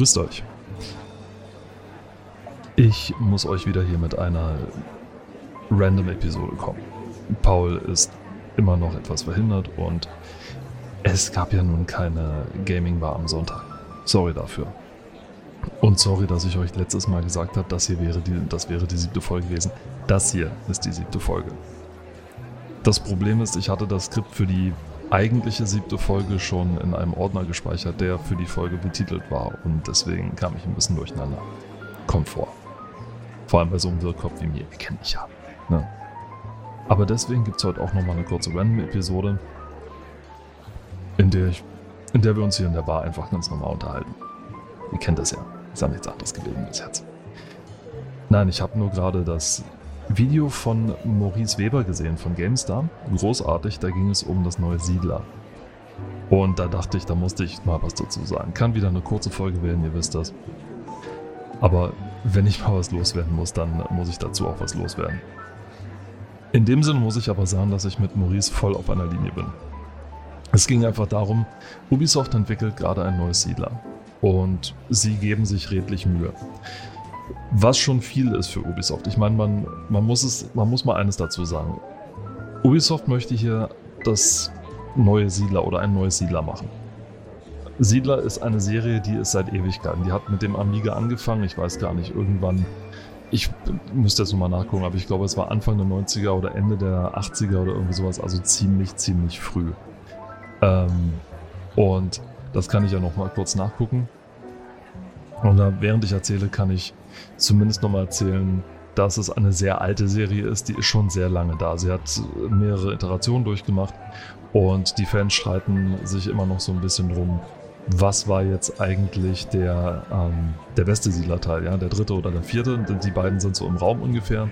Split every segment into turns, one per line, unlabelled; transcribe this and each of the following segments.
Grüßt euch. Ich muss euch wieder hier mit einer Random-Episode kommen. Paul ist immer noch etwas verhindert und es gab ja nun keine Gaming-Bar am Sonntag. Sorry dafür. Und sorry, dass ich euch letztes Mal gesagt habe, das wäre die 7. Folge gewesen. Das hier ist die 7. Folge. Das Problem ist, ich hatte das Skript für die eigentliche 7. Folge schon in einem Ordner gespeichert, der für die Folge betitelt war. Und deswegen kam ich ein bisschen durcheinander. Kommt vor. Vor allem bei so einem Wirrkopf wie mir. Ihr kennt mich ja. Ne? Aber deswegen gibt es heute auch nochmal eine kurze Random-Episode, in der wir uns hier in der Bar einfach ganz normal unterhalten. Ihr kennt das ja. Ist ja nichts anderes gewesen bis jetzt. Nein, ich habe nur gerade das Video von Maurice Weber gesehen von GameStar. Großartig, da ging es um das neue Siedler. Und da dachte ich, da musste ich mal was dazu sagen. Kann wieder eine kurze Folge werden, ihr wisst das. Aber wenn ich mal was loswerden muss, dann muss ich dazu auch was loswerden. In dem Sinne muss ich aber sagen, dass ich mit Maurice voll auf einer Linie bin. Es ging einfach darum, Ubisoft entwickelt gerade ein neues Siedler. Und sie geben sich redlich Mühe. Was schon viel ist für Ubisoft. Ich meine, man muss mal eines dazu sagen. Ubisoft möchte hier das neue Siedler oder ein neues Siedler machen. Siedler ist eine Serie, die ist seit Ewigkeiten. Die hat mit dem Amiga angefangen. Ich weiß gar nicht, irgendwann. Ich müsste jetzt nochmal nachgucken, aber ich glaube, es war Anfang der 90er oder Ende der 80er oder irgendwie sowas. Also ziemlich früh. Und das kann ich ja nochmal kurz nachgucken. Und während ich erzähle, kann ich zumindest nochmal erzählen, dass es eine sehr alte Serie ist, die ist schon sehr lange da. Sie hat mehrere Iterationen durchgemacht und die Fans streiten sich immer noch so ein bisschen drum, was war jetzt eigentlich der beste Siedlerteil, ja? Der 3. oder der 4. Die beiden sind so im Raum ungefähr.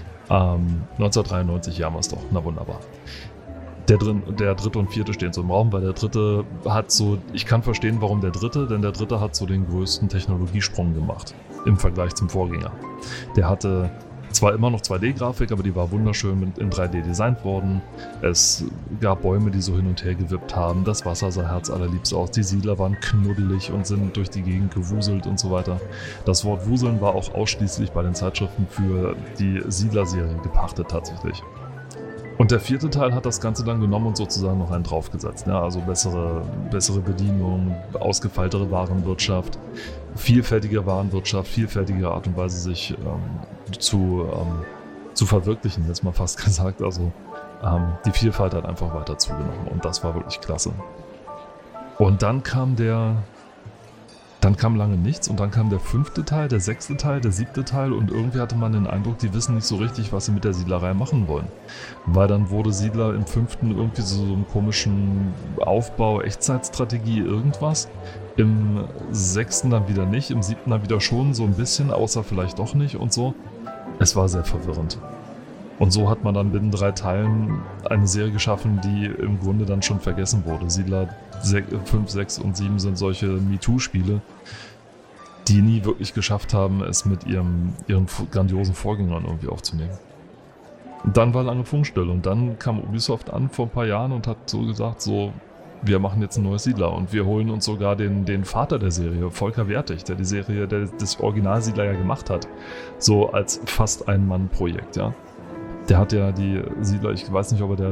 1993 haben wir es doch, na wunderbar. Der 3. und 4. stehen so im Raum, weil der 3. hat so, ich kann verstehen, warum der 3., denn der 3. hat so den größten Technologiesprung gemacht im Vergleich zum Vorgänger. Der hatte zwar immer noch 2D-Grafik, aber die war wunderschön in 3D designt worden. Es gab Bäume, die so hin und her gewippt haben. Das Wasser sah herzallerliebst aus. Die Siedler waren knuddelig und sind durch die Gegend gewuselt und so weiter. Das Wort Wuseln war auch ausschließlich bei den Zeitschriften für die Siedler-Serie gepachtet tatsächlich. Und der 4. Teil hat das Ganze dann genommen und sozusagen noch einen draufgesetzt. Ja, also bessere Bedienung, ausgefeiltere Warenwirtschaft, vielfältige Warenwirtschaft, vielfältige Art und Weise sich zu verwirklichen, jetzt mal fast gesagt. Also die Vielfalt hat einfach weiter zugenommen und das war wirklich klasse. Und dann kam lange nichts und dann kam der 5. Teil, der 6. Teil, der 7. Teil und irgendwie hatte man den Eindruck, die wissen nicht so richtig, was sie mit der Siedlerei machen wollen. Weil dann wurde Siedler im 5. irgendwie so einem komischen Aufbau, Echtzeitstrategie, irgendwas. Im 6. dann wieder nicht, im 7. dann wieder schon so ein bisschen, außer vielleicht doch nicht und so. Es war sehr verwirrend. Und so hat man dann binnen 3 Teilen eine Serie geschaffen, die im Grunde dann schon vergessen wurde. Siedler 5, 6 und 7 sind solche MeToo-Spiele, die nie wirklich geschafft haben, es mit ihren grandiosen Vorgängern irgendwie aufzunehmen. Und dann war lange Funkstille und dann kam Ubisoft an vor ein paar Jahren und hat so gesagt, wir machen jetzt ein neues Siedler und wir holen uns sogar den Vater der Serie, Volker Wertig, der die Serie, der das Original-Siedler ja gemacht hat, so als fast Ein-Mann-Projekt, ja. Der hat ja die Siedler, ich weiß nicht, ob er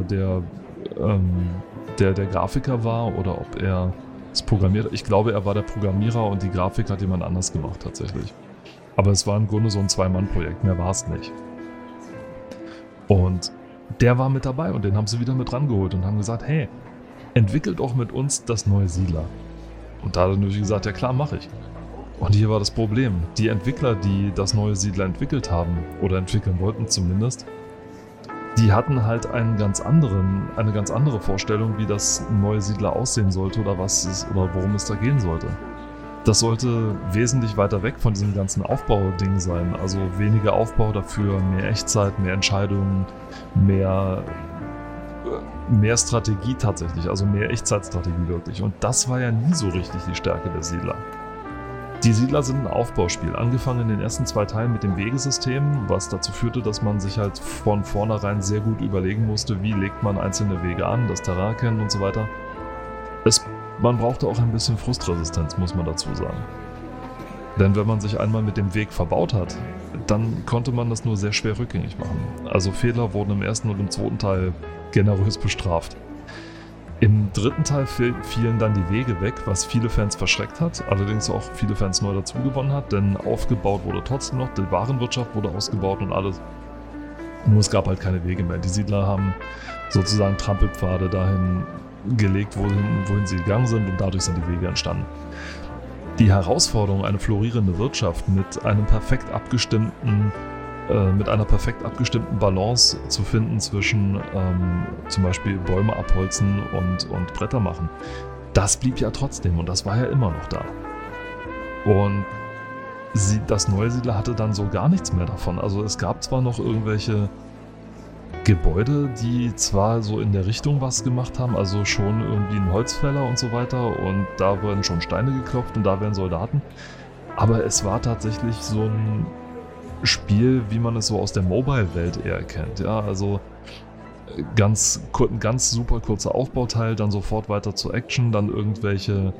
der Grafiker war oder ob er es programmiert hat. Ich glaube, er war der Programmierer und die Grafik hat jemand anders gemacht tatsächlich. Aber es war im Grunde so ein Zwei-Mann-Projekt, mehr war es nicht. Und der war mit dabei und den haben sie wieder mit rangeholt und haben gesagt, hey, entwickelt doch mit uns das neue Siedler. Und da hat er natürlich gesagt, ja klar, mache ich. Und hier war das Problem. Die Entwickler, die das neue Siedler entwickelt haben oder entwickeln wollten zumindest, die hatten halt eine ganz andere Vorstellung, wie das neue Siedler aussehen sollte oder worum es da gehen sollte. Das sollte wesentlich weiter weg von diesem ganzen Aufbau-Ding sein. Also weniger Aufbau, dafür mehr Echtzeit, mehr Entscheidungen, mehr Strategie tatsächlich, also mehr Echtzeitstrategie wirklich. Und das war ja nie so richtig die Stärke der Siedler. Die Siedler sind ein Aufbauspiel, angefangen in den ersten 2 Teilen mit dem Wegesystem, was dazu führte, dass man sich halt von vornherein sehr gut überlegen musste, wie legt man einzelne Wege an, das Terrain kennen und so weiter. Man brauchte auch ein bisschen Frustresistenz, muss man dazu sagen. Denn wenn man sich einmal mit dem Weg verbaut hat, dann konnte man das nur sehr schwer rückgängig machen. Also Fehler wurden im ersten und im zweiten Teil generös bestraft. Im dritten Teil fielen dann die Wege weg, was viele Fans verschreckt hat, allerdings auch viele Fans neu dazugewonnen hat, denn aufgebaut wurde trotzdem noch, die Warenwirtschaft wurde ausgebaut und alles. Nur es gab halt keine Wege mehr. Die Siedler haben sozusagen Trampelpfade dahin gelegt, wohin sie gegangen sind, und dadurch sind die Wege entstanden. Die Herausforderung, eine florierende Wirtschaft mit einer perfekt abgestimmten Balance zu finden zwischen zum Beispiel Bäume abholzen und Bretter machen, das blieb ja trotzdem, und das war ja immer noch da. Und das neue Siedler hatte dann so gar nichts mehr davon. Also es gab zwar noch irgendwelche Gebäude, die zwar so in der Richtung was gemacht haben, also schon irgendwie ein Holzfäller und so weiter, und da werden schon Steine geklopft und da werden Soldaten, aber es war tatsächlich so ein Spiel, wie man es so aus der Mobile-Welt eher kennt. Ja, also ein ganz super kurzer Aufbauteil, dann sofort weiter zur Action, dann irgendwelche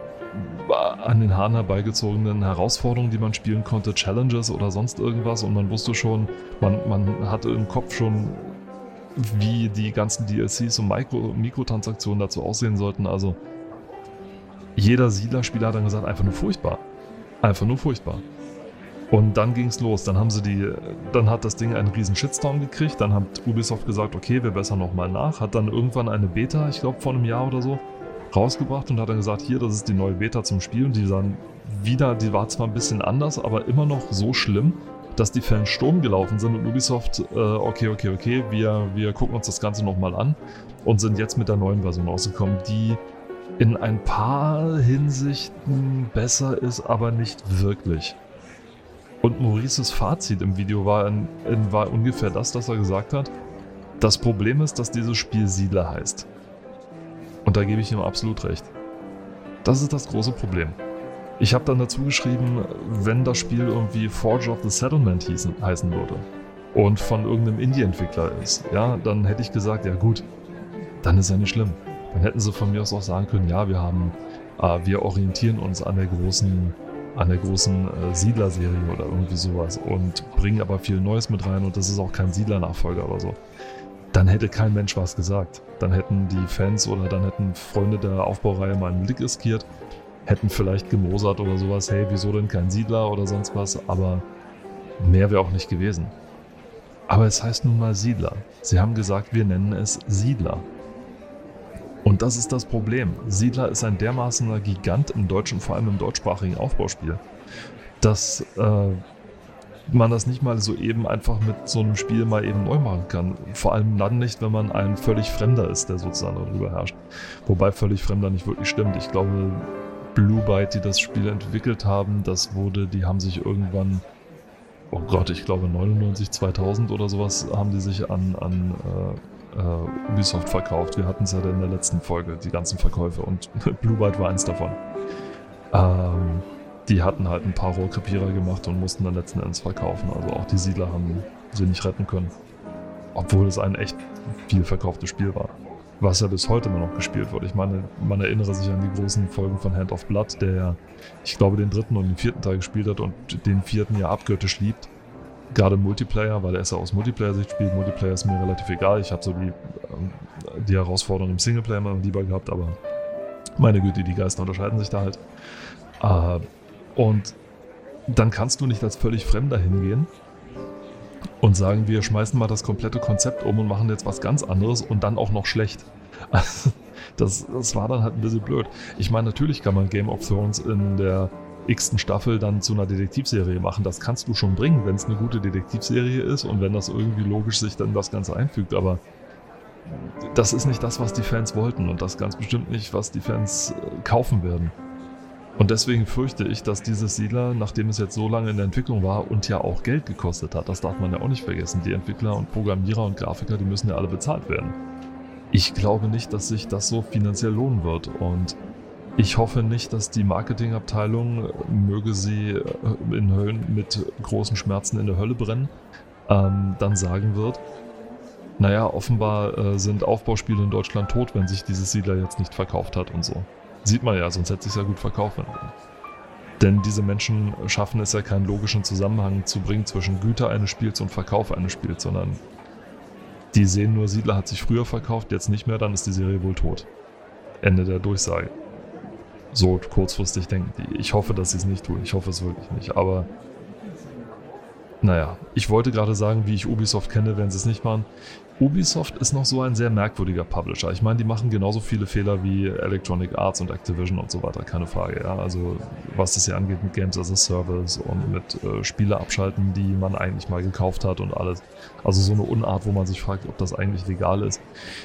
an den Haaren herbeigezogenen Herausforderungen, die man spielen konnte, Challenges oder sonst irgendwas, und man wusste schon, man hatte im Kopf schon, wie die ganzen DLCs und Mikrotransaktionen dazu aussehen sollten. Also jeder Siedlerspieler hat dann gesagt, einfach nur furchtbar. Einfach nur furchtbar. Und dann ging's los. Dann hat das Ding einen riesen Shitstorm gekriegt. Dann hat Ubisoft gesagt, okay, wir bessern nochmal nach. Hat dann irgendwann eine Beta, ich glaube vor einem Jahr oder so, rausgebracht und hat dann gesagt, hier, das ist die neue Beta zum Spiel. Und die war zwar ein bisschen anders, aber immer noch so schlimm, dass die Fans Sturm gelaufen sind, und Ubisoft, okay, wir gucken uns das Ganze nochmal an, und sind jetzt mit der neuen Version rausgekommen, die in ein paar Hinsichten besser ist, aber nicht wirklich. Und Maurices Fazit im Video war ungefähr das, dass er gesagt hat, das Problem ist, dass dieses Spiel Siedler heißt. Und da gebe ich ihm absolut recht. Das ist das große Problem. Ich habe dann dazu geschrieben, wenn das Spiel irgendwie Forge of the Settlement heißen würde und von irgendeinem Indie-Entwickler ist, ja, dann hätte ich gesagt, ja gut, dann ist ja nicht schlimm. Dann hätten sie von mir aus auch sagen können, ja, wir orientieren uns an der großen Siedler-Serie oder irgendwie sowas und bringen aber viel Neues mit rein, und das ist auch kein Siedler-Nachfolger oder so. Dann hätte kein Mensch was gesagt. Dann hätten die Fans oder dann hätten Freunde der Aufbaureihe mal einen Blick riskiert, hätten vielleicht gemosert oder sowas, hey, wieso denn kein Siedler oder sonst was, aber mehr wäre auch nicht gewesen. Aber es heißt nun mal Siedler. Sie haben gesagt, wir nennen es Siedler. Und das ist das Problem. Siedler ist ein dermaßener Gigant im deutschen, vor allem im deutschsprachigen Aufbauspiel, dass man das nicht mal so eben einfach mit so einem Spiel mal eben neu machen kann. Vor allem dann nicht, wenn man ein völlig Fremder ist, der sozusagen darüber herrscht. Wobei völlig Fremder nicht wirklich stimmt. Ich glaube, Blue Byte, die das Spiel entwickelt haben, die haben sich irgendwann, oh Gott, ich glaube 99, 2000 oder sowas, haben die sich an Ubisoft verkauft. Wir hatten es ja in der letzten Folge, die ganzen Verkäufe, und Blue Byte war eins davon. Die hatten halt ein paar Rohrkrepierer gemacht und mussten dann letzten Endes verkaufen. Also auch die Siedler haben sie nicht retten können. Obwohl es ein echt viel verkauftes Spiel war. Was ja bis heute immer noch gespielt wird. Ich meine, man erinnere sich an die großen Folgen von Hand of Blood, der ja, ich glaube, den 3. und den 4. Teil gespielt hat und den 4. ja abgöttisch liebt. Gerade Multiplayer, weil er es ja aus Multiplayer-Sicht spielt. Multiplayer ist mir relativ egal. Ich habe so die Herausforderung im Singleplayer immer lieber gehabt, aber meine Güte, die Geister unterscheiden sich da halt. Und dann kannst du nicht als völlig Fremder hingehen und sagen, wir schmeißen mal das komplette Konzept um und machen jetzt was ganz anderes und dann auch noch schlecht. Also, das war dann halt ein bisschen blöd. Ich meine, natürlich kann man Game of Thrones in der x-ten Staffel dann zu einer Detektivserie machen. Das kannst du schon bringen, wenn es eine gute Detektivserie ist und wenn das irgendwie logisch sich dann das Ganze einfügt, aber das ist nicht das, was die Fans wollten, und das ganz bestimmt nicht, was die Fans kaufen werden. Und deswegen fürchte ich, dass dieses Siedler, nachdem es jetzt so lange in der Entwicklung war und ja auch Geld gekostet hat, das darf man ja auch nicht vergessen, die Entwickler und Programmierer und Grafiker, die müssen ja alle bezahlt werden. Ich glaube nicht, dass sich das so finanziell lohnen wird, und ich hoffe nicht, dass die Marketingabteilung, möge sie mit großen Schmerzen in der Hölle brennen, dann sagen wird, naja, offenbar sind Aufbauspiele in Deutschland tot, wenn sich dieses Siedler jetzt nicht verkauft hat und so. Sieht man ja, sonst hätte es sich ja gut verkauft. Denn diese Menschen schaffen es ja, keinen logischen Zusammenhang zu bringen zwischen Güter eines Spiels und Verkauf eines Spiels, sondern die sehen nur, Siedler hat sich früher verkauft, jetzt nicht mehr, dann ist die Serie wohl tot. Ende der Durchsage. So kurzfristig denken die. Ich hoffe, dass sie es nicht tun. Ich hoffe es wirklich nicht. Aber naja, ich wollte gerade sagen, wie ich Ubisoft kenne, werden sie es nicht machen. Ubisoft ist noch so ein sehr merkwürdiger Publisher. Ich meine, die machen genauso viele Fehler wie Electronic Arts und Activision und so weiter, keine Frage. Ja? Also was das hier angeht mit Games as a Service und mit Spiele abschalten, die man eigentlich mal gekauft hat und alles. Also so eine Unart, wo man sich fragt, ob das eigentlich legal ist.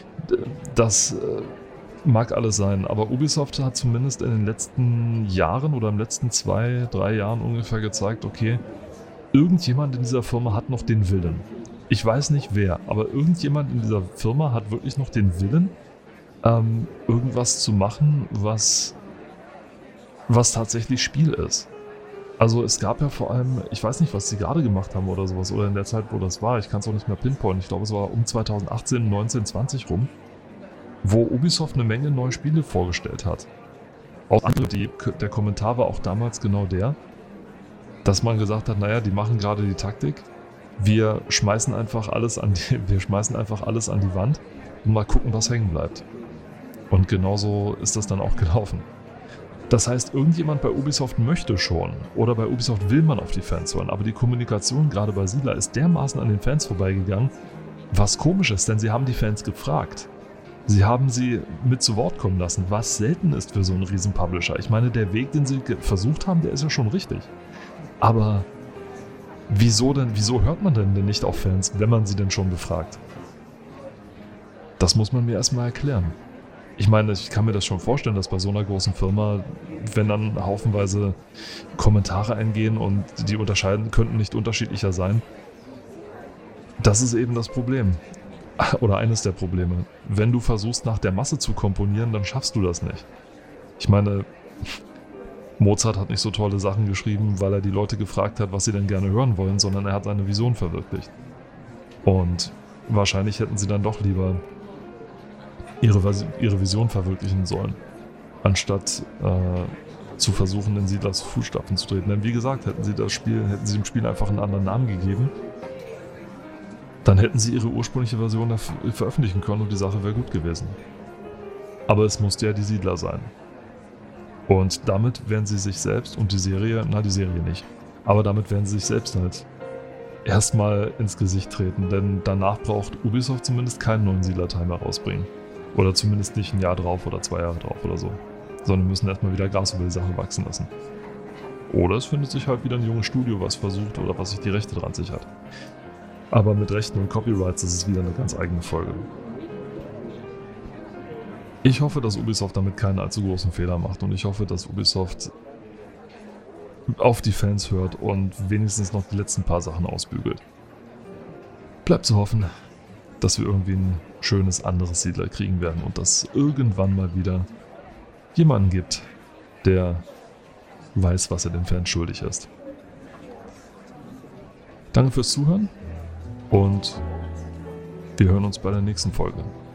Das mag alles sein, aber Ubisoft hat zumindest in den letzten Jahren oder im letzten 2-3 Jahren ungefähr gezeigt, okay, irgendjemand in dieser Firma hat noch den Willen. Ich weiß nicht wer, aber irgendjemand in dieser Firma hat wirklich noch den Willen, irgendwas zu machen, was tatsächlich Spiel ist. Also es gab ja vor allem, ich weiß nicht, was sie gerade gemacht haben oder sowas, oder in der Zeit, wo das war, ich kann es auch nicht mehr pinpointen, ich glaube es war um 2018, 19, 20 rum, wo Ubisoft eine Menge neue Spiele vorgestellt hat. Auch andere, der Kommentar war auch damals genau der, dass man gesagt hat, naja, die machen gerade die Taktik, wir schmeißen einfach alles an die Wand und mal gucken, was hängen bleibt. Und genauso ist das dann auch gelaufen. Das heißt, irgendjemand bei Ubisoft möchte schon, oder bei Ubisoft will man auf die Fans hören, aber die Kommunikation gerade bei Siedler ist dermaßen an den Fans vorbeigegangen, was komisch ist, denn sie haben die Fans gefragt. Sie haben sie mit zu Wort kommen lassen, was selten ist für so einen riesen Publisher. Ich meine, der Weg, den sie versucht haben, der ist ja schon richtig. Aber wieso hört man denn nicht auf Fans, wenn man sie denn schon befragt? Das muss man mir erstmal erklären. Ich meine, ich kann mir das schon vorstellen, dass bei so einer großen Firma, wenn dann haufenweise Kommentare eingehen und die könnten nicht unterschiedlicher sein, das ist eben das Problem. Oder eines der Probleme. Wenn du versuchst, nach der Masse zu komponieren, dann schaffst du das nicht. Ich meine, Mozart hat nicht so tolle Sachen geschrieben, weil er die Leute gefragt hat, was sie denn gerne hören wollen, sondern er hat seine Vision verwirklicht. Und wahrscheinlich hätten sie dann doch lieber ihre Vision verwirklichen sollen, anstatt zu versuchen, in Siedlers Fußstapfen zu treten. Denn wie gesagt, hätten sie dem Spiel einfach einen anderen Namen gegeben, dann hätten sie ihre ursprüngliche Version veröffentlichen können und die Sache wäre gut gewesen. Aber es musste ja die Siedler sein. Und damit werden sie sich selbst und die Serie nicht, aber damit werden sie sich selbst halt erstmal ins Gesicht treten, denn danach braucht Ubisoft zumindest keinen neuen Siedler-Teil mehr rausbringen. Oder zumindest nicht ein Jahr drauf oder 2 Jahre drauf oder so. Sondern müssen erstmal wieder Gras über die Sachen wachsen lassen. Oder es findet sich halt wieder ein junges Studio, was versucht oder was sich die Rechte dran sichert. Aber mit Rechten und Copyrights ist es wieder eine ganz eigene Folge. Ich hoffe, dass Ubisoft damit keinen allzu großen Fehler macht und ich hoffe, dass Ubisoft auf die Fans hört und wenigstens noch die letzten paar Sachen ausbügelt. Bleibt zu hoffen, dass wir irgendwie ein schönes anderes Siedler kriegen werden und dass irgendwann mal wieder jemanden gibt, der weiß, was er den Fans schuldig ist. Danke fürs Zuhören und wir hören uns bei der nächsten Folge.